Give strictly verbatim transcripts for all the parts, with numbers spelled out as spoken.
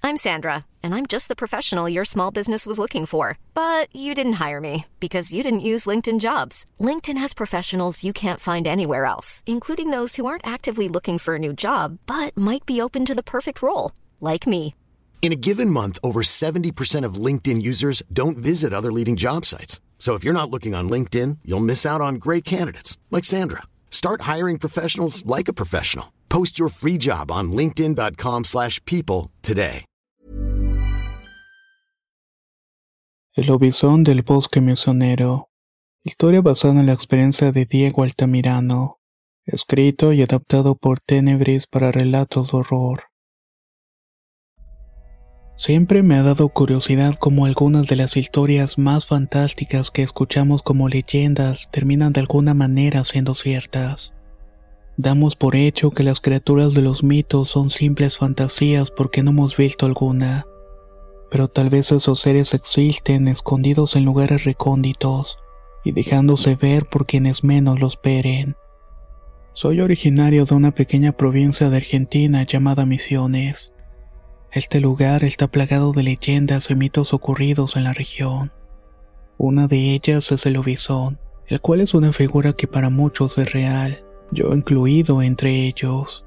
I'm Sandra, and I'm just the professional your small business was looking for. But you didn't hire me because you didn't use LinkedIn Jobs. LinkedIn has professionals you can't find anywhere else, including those who aren't actively looking for a new job, but might be open to the perfect role, like me. In a given month, over seventy percent of LinkedIn users don't visit other leading job sites. So if you're not looking on LinkedIn, you'll miss out on great candidates like Sandra. Start hiring professionals like a professional. Post your free job on linkedin dot com slash people today. El lobizón del bosque misionero. Historia basada en la experiencia de Diego Altamirano. Escrito y adaptado por Tenebris para relatos de horror. Siempre me ha dado curiosidad cómo algunas de las historias más fantásticas que escuchamos como leyendas terminan de alguna manera siendo ciertas. Damos por hecho que las criaturas de los mitos son simples fantasías porque no hemos visto alguna. Pero tal vez esos seres existen escondidos en lugares recónditos y dejándose ver por quienes menos los esperen. Soy originario de una pequeña provincia de Argentina llamada Misiones. Este lugar está plagado de leyendas y mitos ocurridos en la región. Una de ellas es el lobizón, el cual es una figura que para muchos es real, yo incluido entre ellos.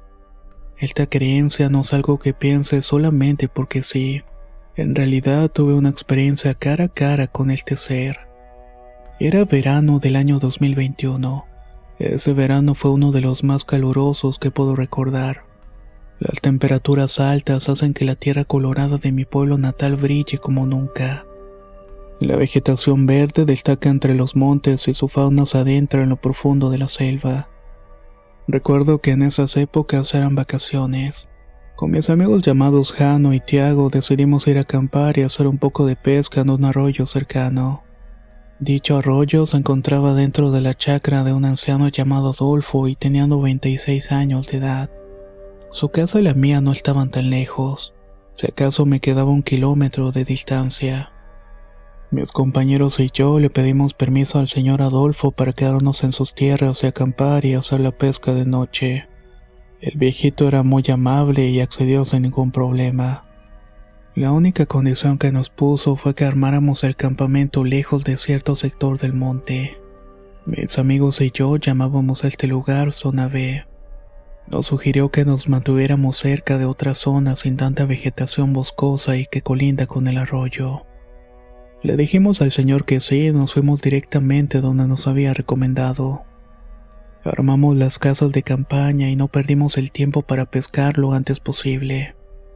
Esta creencia no es algo que piense solamente porque sí. En realidad tuve una experiencia cara a cara con este ser. Era verano del año dos mil veintiuno. Ese verano fue uno de los más calurosos que puedo recordar. Las temperaturas altas hacen que la tierra colorada de mi pueblo natal brille como nunca. La vegetación verde destaca entre los montes y su fauna se adentra en lo profundo de la selva. Recuerdo que en esas épocas eran vacaciones. Con mis amigos llamados Jano y Tiago decidimos ir a acampar y hacer un poco de pesca en un arroyo cercano. Dicho arroyo se encontraba dentro de la chacra de un anciano llamado Adolfo y tenía noventa y seis años de edad. Su casa y la mía no estaban tan lejos, si acaso me quedaba un kilómetro de distancia. Mis compañeros y yo le pedimos permiso al señor Adolfo para quedarnos en sus tierras y acampar y hacer la pesca de noche. El viejito era muy amable y accedió sin ningún problema. La única condición que nos puso fue que armáramos el campamento lejos de cierto sector del monte. Mis amigos y yo llamábamos a este lugar Zona B. Nos sugirió que nos mantuviéramos cerca de otra zona sin tanta vegetación boscosa y que colinda con el arroyo. Le dijimos al señor que sí y nos fuimos directamente donde nos había recomendado. Armamos las casas de campaña y no perdimos el tiempo para pescar lo antes posible.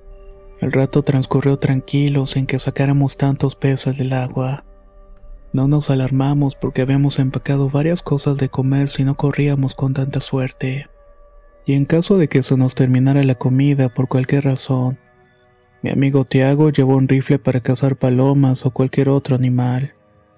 El rato transcurrió tranquilo sin que sacáramos tantos peces del agua. No nos alarmamos porque habíamos empacado varias cosas de comer si no corríamos con tanta suerte. Y en caso de que se nos terminara la comida por cualquier razón, mi amigo Tiago llevó un rifle para cazar palomas o cualquier otro animal.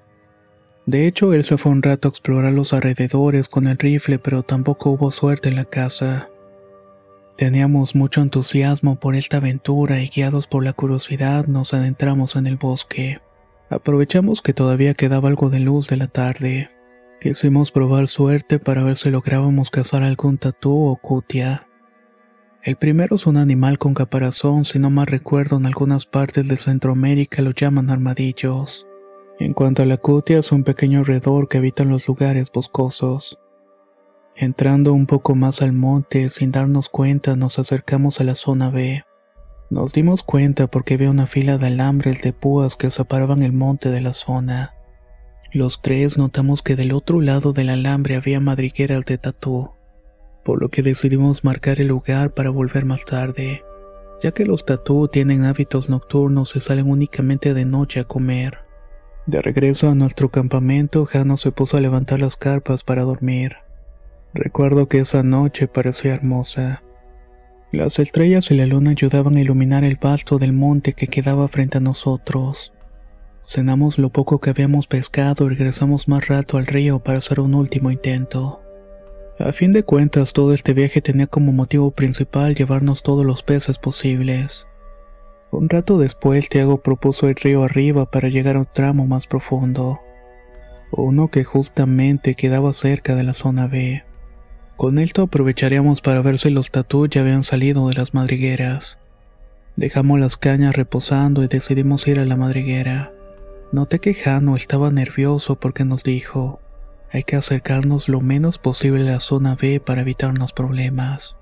De hecho, él se fue un rato a explorar los alrededores con el rifle, pero tampoco hubo suerte en la caza. Teníamos mucho entusiasmo por esta aventura y guiados por la curiosidad nos adentramos en el bosque. Aprovechamos que todavía quedaba algo de luz de la tarde. Quisimos probar suerte para ver si lográbamos cazar algún tatú o cutia. El primero es un animal con caparazón, si no mal recuerdo en algunas partes de Centroamérica lo llaman armadillos. En cuanto a la cutia es un pequeño roedor que habita en los lugares boscosos. Entrando un poco más al monte, sin darnos cuenta nos acercamos a la zona B. Nos dimos cuenta porque había una fila de alambres de púas que separaban el monte de la zona. Los tres notamos que del otro lado del alambre había madrigueras de tatú, por lo que decidimos marcar el lugar para volver más tarde, ya que los tatú tienen hábitos nocturnos y salen únicamente de noche a comer. De regreso a nuestro campamento, Jano se puso a levantar las carpas para dormir. Recuerdo que esa noche parecía hermosa. Las estrellas y la luna ayudaban a iluminar el vasto del monte que quedaba frente a nosotros. Cenamos lo poco que habíamos pescado y regresamos más rato al río para hacer un último intento. A fin de cuentas, todo este viaje tenía como motivo principal llevarnos todos los peces posibles. Un rato después, Tiago propuso ir río arriba para llegar a un tramo más profundo, uno que justamente quedaba cerca de la zona B. Con esto aprovecharíamos para ver si los tatú ya habían salido de las madrigueras. Dejamos las cañas reposando y decidimos ir a la madriguera. Noté que Jano estaba nervioso porque nos dijo, hay que acercarnos lo menos posible a la zona B para evitarnos problemas.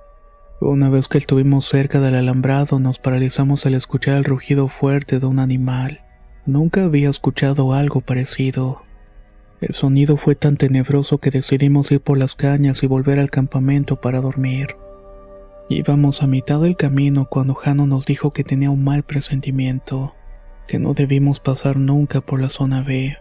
Una vez que estuvimos cerca del alambrado nos paralizamos al escuchar el rugido fuerte de un animal. Nunca había escuchado algo parecido. El sonido fue tan tenebroso que decidimos ir por las cañas y volver al campamento para dormir. Íbamos a mitad del camino cuando Jano nos dijo que tenía un mal presentimiento, que no debimos pasar nunca por la zona B.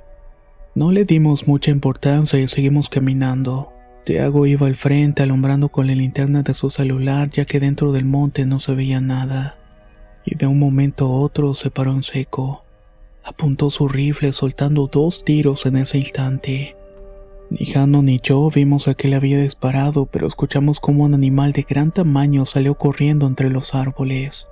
No le dimos mucha importancia y seguimos caminando. Tiago iba al frente alumbrando con la linterna de su celular ya que dentro del monte no se veía nada. Y de un momento a otro se paró en seco. Apuntó su rifle soltando dos tiros en ese instante. Ni Jano ni yo vimos a qué le había disparado, pero escuchamos como un animal de gran tamaño salió corriendo entre los árboles.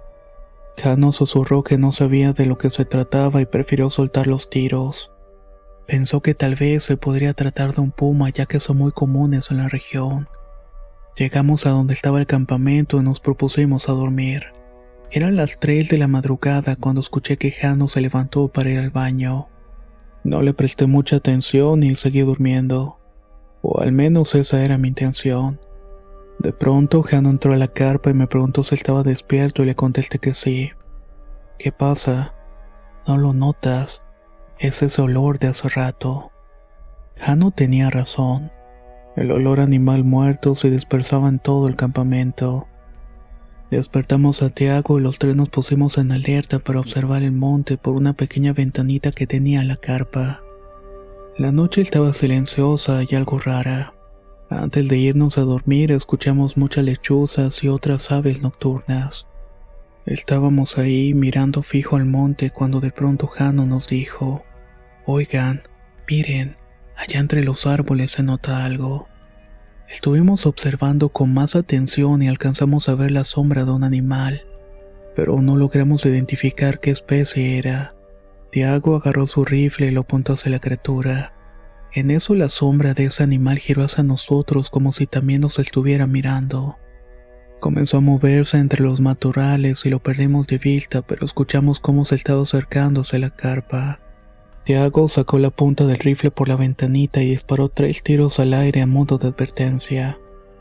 Jano susurró que no sabía de lo que se trataba y prefirió soltar los tiros. Pensó que tal vez se podría tratar de un puma ya que son muy comunes en la región. Llegamos a donde estaba el campamento y nos propusimos a dormir. Eran las tres de la madrugada cuando escuché que Jano se levantó para ir al baño. No le presté mucha atención y seguí durmiendo. O al menos esa era mi intención. De pronto Jano entró a la carpa y me preguntó si estaba despierto y le contesté que sí. ¿Qué pasa? ¿No lo notas? Es ese olor de hace rato. Jano tenía razón. El olor a animal muerto se dispersaba en todo el campamento. Despertamos a Tiago y los tres nos pusimos en alerta para observar el monte por una pequeña ventanita que tenía la carpa. La noche estaba silenciosa y algo rara. Antes de irnos a dormir escuchamos muchas lechuzas y otras aves nocturnas. Estábamos ahí mirando fijo al monte cuando de pronto Jano nos dijo, «Oigan, miren, allá entre los árboles se nota algo». Estuvimos observando con más atención y alcanzamos a ver la sombra de un animal, pero no logramos identificar qué especie era. Tiago agarró su rifle y lo apuntó hacia la criatura. En eso la sombra de ese animal giró hacia nosotros como si también nos estuviera mirando. Comenzó a moverse entre los matorrales y lo perdimos de vista, pero escuchamos cómo se estaba acercándose a la carpa. Tiago sacó la punta del rifle por la ventanita y disparó tres tiros al aire a modo de advertencia.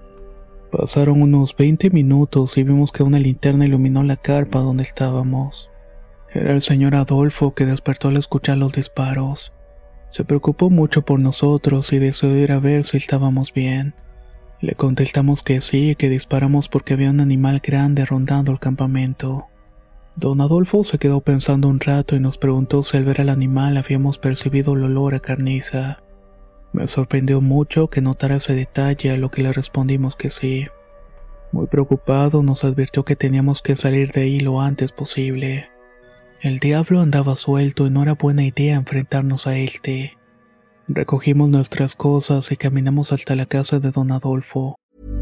Pasaron unos veinte minutos y vimos que una linterna iluminó la carpa donde estábamos. Era el señor Adolfo que despertó al escuchar los disparos. Se preocupó mucho por nosotros y deseó ir a ver si estábamos bien. Le contestamos que sí y que disparamos porque había un animal grande rondando el campamento. Don Adolfo se quedó pensando un rato y nos preguntó si al ver al animal habíamos percibido el olor a carniza. Me sorprendió mucho que notara ese detalle, a lo que le respondimos que sí. Muy preocupado nos advirtió que teníamos que salir de ahí lo antes posible. El diablo andaba suelto y no era buena idea enfrentarnos a éste. Recogimos nuestras cosas y caminamos hasta la casa de Don Adolfo.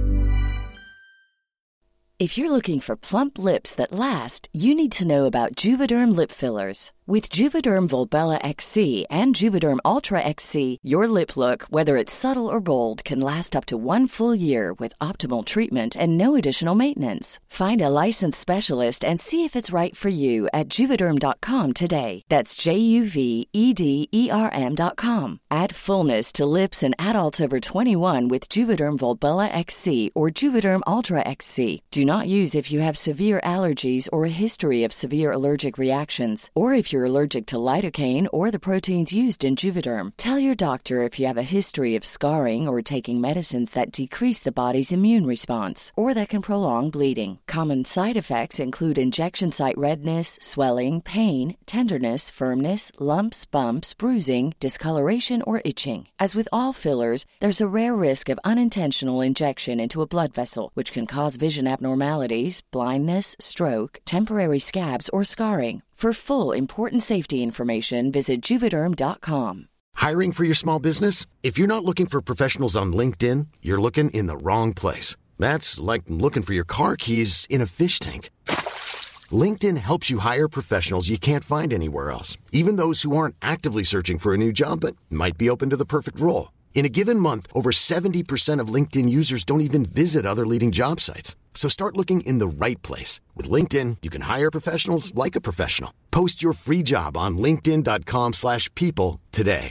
If you're looking for plump lips that last, you need to know about Juvederm lip fillers. With Juvederm Volbella X C and Juvederm Ultra X C, your lip look, whether it's subtle or bold, can last up to one full year with optimal treatment and no additional maintenance. Find a licensed specialist and see if it's right for you at Juvederm dot com today. That's J U V E D E R M dot com. Add fullness to lips in adults over twenty-one with Juvederm Volbella X C or Juvederm Ultra X C. Do not use if you have severe allergies or a history of severe allergic reactions, or if you're allergic to lidocaine or the proteins used in Juvederm. Tell your doctor if you have a history of scarring or taking medicines that decrease the body's immune response or that can prolong bleeding. Common side effects include injection site redness, swelling, pain, tenderness, firmness, lumps, bumps, bruising, discoloration, or itching. As with all fillers, there's a rare risk of unintentional injection into a blood vessel, which can cause vision abnormalities, blindness, stroke, temporary scabs, or scarring. For full, important safety information, visit Juvederm dot com. Hiring for your small business? If you're not looking for professionals on LinkedIn, you're looking in the wrong place. That's like looking for your car keys in a fish tank. LinkedIn helps you hire professionals you can't find anywhere else, even those who aren't actively searching for a new job but might be open to the perfect role. In a given month, over seventy percent of LinkedIn users don't even visit other leading job sites. So start looking in the right place. With LinkedIn, you can hire professionals like a professional. Post your free job on linkedin dot com slash people today.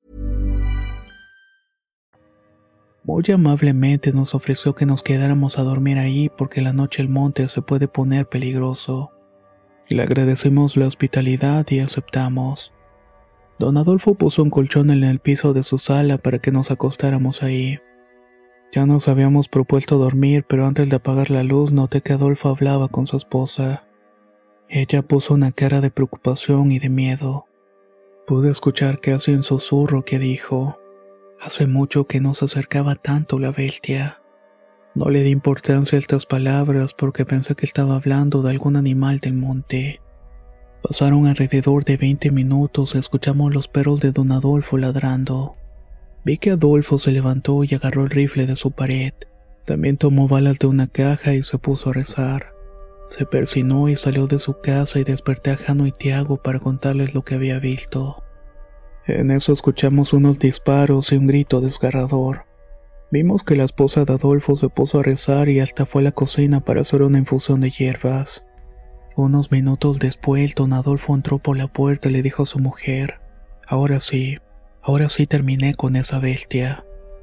Muy amablemente nos ofreció que nos quedáramos a dormir ahí porque la noche el monte se puede poner peligroso. Le agradecimos la hospitalidad y aceptamos. Don Adolfo puso un colchón en el piso de su sala para que nos acostáramos ahí. Ya nos habíamos propuesto dormir, pero antes de apagar la luz noté que Adolfo hablaba con su esposa. Ella puso una cara de preocupación y de miedo. Pude escuchar casi en susurro que dijo: hace mucho que no se acercaba tanto la bestia. No le di importancia a estas palabras porque pensé que estaba hablando de algún animal del monte. Pasaron alrededor de veinte minutos y escuchamos los perros de don Adolfo ladrando. Vi que Adolfo se levantó y agarró el rifle de su pared. También tomó balas de una caja y se puso a rezar. Se persinó y salió de su casa y desperté a Jano y Tiago para contarles lo que había visto. En eso escuchamos unos disparos y un grito desgarrador. Vimos que la esposa de Adolfo se puso a rezar y hasta fue a la cocina para hacer una infusión de hierbas. Unos minutos después, don Adolfo entró por la puerta y le dijo a su mujer: ahora sí. Ahora sí terminé con esa bestia.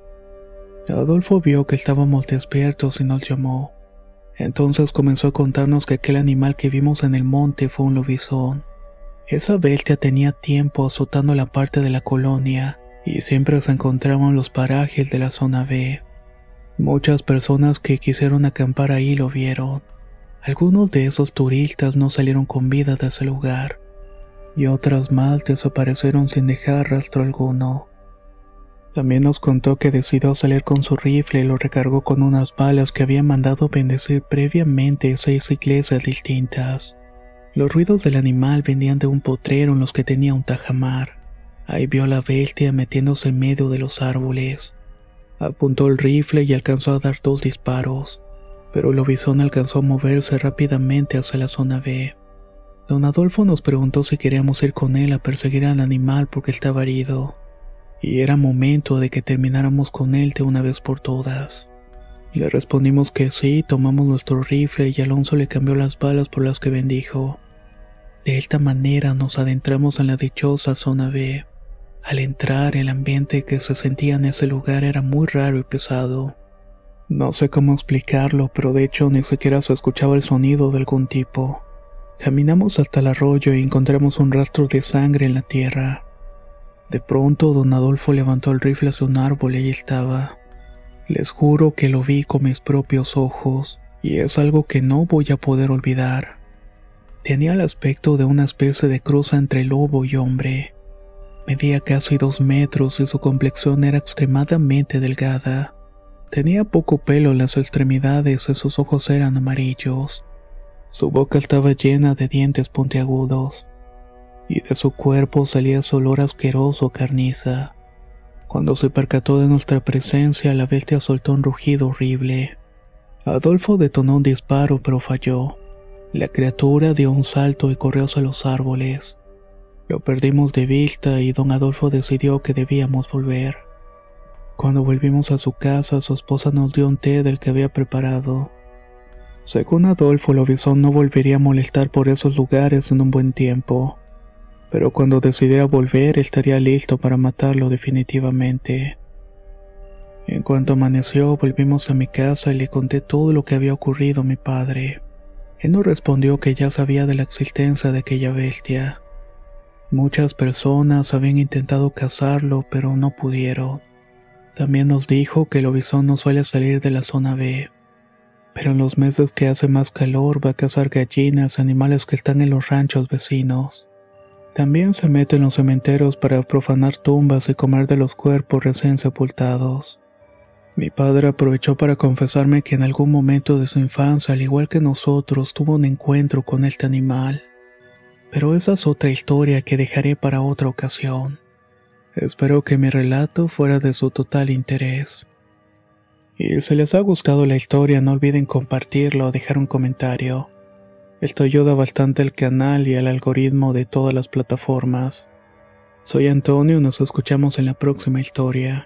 Adolfo vio que estábamos despiertos y nos llamó. Entonces comenzó a contarnos que aquel animal que vimos en el monte fue un lobizón. Esa bestia tenía tiempo azotando la parte de la colonia y siempre se encontraba en los parajes de la zona B. Muchas personas que quisieron acampar ahí lo vieron. Algunos de esos turistas no salieron con vida de ese lugar. Y otras más desaparecieron sin dejar rastro alguno. También nos contó que decidió salir con su rifle y lo recargó con unas balas que había mandado bendecir previamente seis iglesias distintas. Los ruidos del animal venían de un potrero en los que tenía un tajamar. Ahí vio a la bestia metiéndose en medio de los árboles. Apuntó el rifle y alcanzó a dar dos disparos, pero el lobizón alcanzó a moverse rápidamente hacia la zona B. Don Adolfo nos preguntó si queríamos ir con él a perseguir al animal porque estaba herido, y era momento de que termináramos con él de una vez por todas. Le respondimos que sí, tomamos nuestro rifle y Alonso le cambió las balas por las que bendijo. De esta manera nos adentramos en la dichosa zona B. Al entrar, el ambiente que se sentía en ese lugar era muy raro y pesado. No sé cómo explicarlo, pero de hecho ni siquiera se escuchaba el sonido de algún tipo. Caminamos hasta el arroyo y encontramos un rastro de sangre en la tierra. De pronto, don Adolfo levantó el rifle hacia un árbol y ahí estaba. Les juro que lo vi con mis propios ojos, y es algo que no voy a poder olvidar. Tenía el aspecto de una especie de cruza entre lobo y hombre. Medía casi dos metros y su complexión era extremadamente delgada. Tenía poco pelo en las extremidades y sus ojos eran amarillos. Su boca estaba llena de dientes puntiagudos, y de su cuerpo salía ese olor asqueroso a carniza. Cuando se percató de nuestra presencia, la bestia soltó un rugido horrible. Adolfo detonó un disparo, pero falló. La criatura dio un salto y corrió hacia los árboles. Lo perdimos de vista y don Adolfo decidió que debíamos volver. Cuando volvimos a su casa, su esposa nos dio un té del que había preparado. Según Adolfo, el lobizón no volvería a molestar por esos lugares en un buen tiempo, pero cuando decidiera volver estaría listo para matarlo definitivamente. En cuanto amaneció, volvimos a mi casa y le conté todo lo que había ocurrido a mi padre. Él nos respondió que ya sabía de la existencia de aquella bestia. Muchas personas habían intentado cazarlo, pero no pudieron. También nos dijo que el lobizón no suele salir de la zona B, pero en los meses que hace más calor va a cazar gallinas, animales que están en los ranchos vecinos. También se mete en los cementerios para profanar tumbas y comer de los cuerpos recién sepultados. Mi padre aprovechó para confesarme que en algún momento de su infancia, al igual que nosotros, tuvo un encuentro con este animal. Pero esa es otra historia que dejaré para otra ocasión. Espero que mi relato fuera de su total interés. Y si les ha gustado la historia, no olviden compartirlo o dejar un comentario. Esto ayuda bastante al canal y al algoritmo de todas las plataformas. Soy Antonio y nos escuchamos en la próxima historia.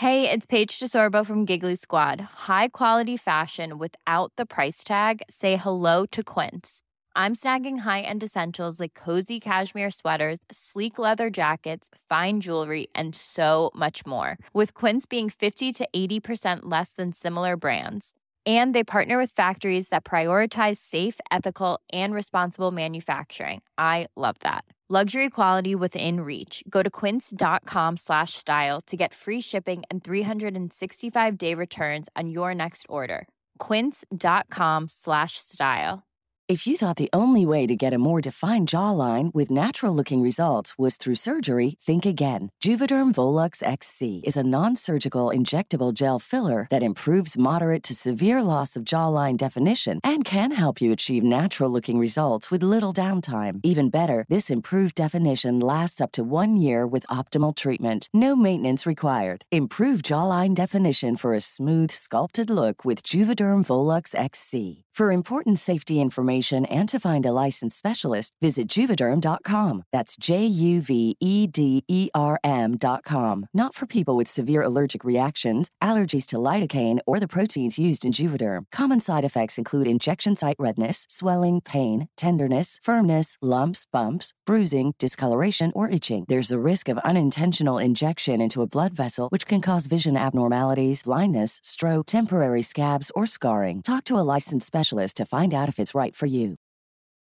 Hey, it's Paige DeSorbo from Giggly Squad. High quality fashion without the price tag. Say hello to Quince. I'm snagging high-end essentials like cozy cashmere sweaters, sleek leather jackets, fine jewelry, and so much more. With Quince being fifty to eighty percent less than similar brands. And they partner with factories that prioritize safe, ethical, and responsible manufacturing. I love that. Luxury quality within reach. Go to quince.com slash style to get free shipping and three sixty-five day returns on your next order. Quince.com slash style. If you thought the only way to get a more defined jawline with natural-looking results was through surgery, think again. Juvederm Volux X C is a non-surgical injectable gel filler that improves moderate to severe loss of jawline definition and can help you achieve natural-looking results with little downtime. Even better, this improved definition lasts up to one year with optimal treatment. No maintenance required. Improve jawline definition for a smooth, sculpted look with Juvederm Volux X C. For important safety information and to find a licensed specialist, visit Juvederm dot com. That's J U V E D E R M dot com. Not for people with severe allergic reactions, allergies to lidocaine, or the proteins used in Juvederm. Common side effects include injection site redness, swelling, pain, tenderness, firmness, lumps, bumps, bruising, discoloration, or itching. There's a risk of unintentional injection into a blood vessel, which can cause vision abnormalities, blindness, stroke, temporary scabs, or scarring. Talk to a licensed specialist to find out if it's right for you.